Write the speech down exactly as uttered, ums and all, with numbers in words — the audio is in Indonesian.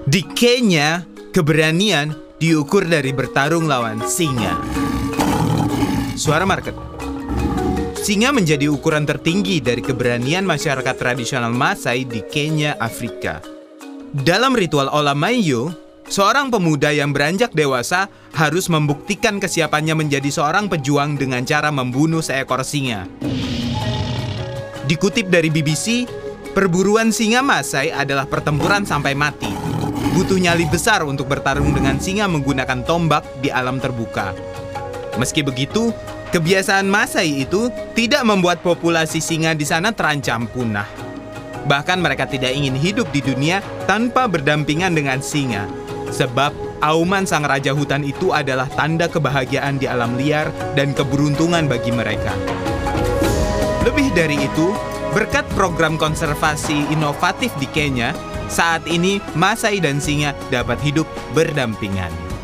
Di Kenya, keberanian diukur dari bertarung lawan singa. Suara market. Singa menjadi ukuran tertinggi dari keberanian masyarakat tradisional Maasai di Kenya, Afrika. Dalam ritual Olamayo, seorang pemuda yang beranjak dewasa harus membuktikan kesiapannya menjadi seorang pejuang dengan cara membunuh seekor singa. Dikutip dari B B C, perburuan singa Maasai adalah pertempuran sampai mati. Butuh nyali besar untuk bertarung dengan singa menggunakan tombak di alam terbuka. Meski begitu, kebiasaan Maasai itu tidak membuat populasi singa di sana terancam punah. Bahkan mereka tidak ingin hidup di dunia tanpa berdampingan dengan singa. Sebab auman sang raja hutan itu adalah tanda kebahagiaan di alam liar dan keberuntungan bagi mereka. Lebih dari itu, berkat program konservasi inovatif di Kenya, saat ini Maasai dan singa dapat hidup berdampingan.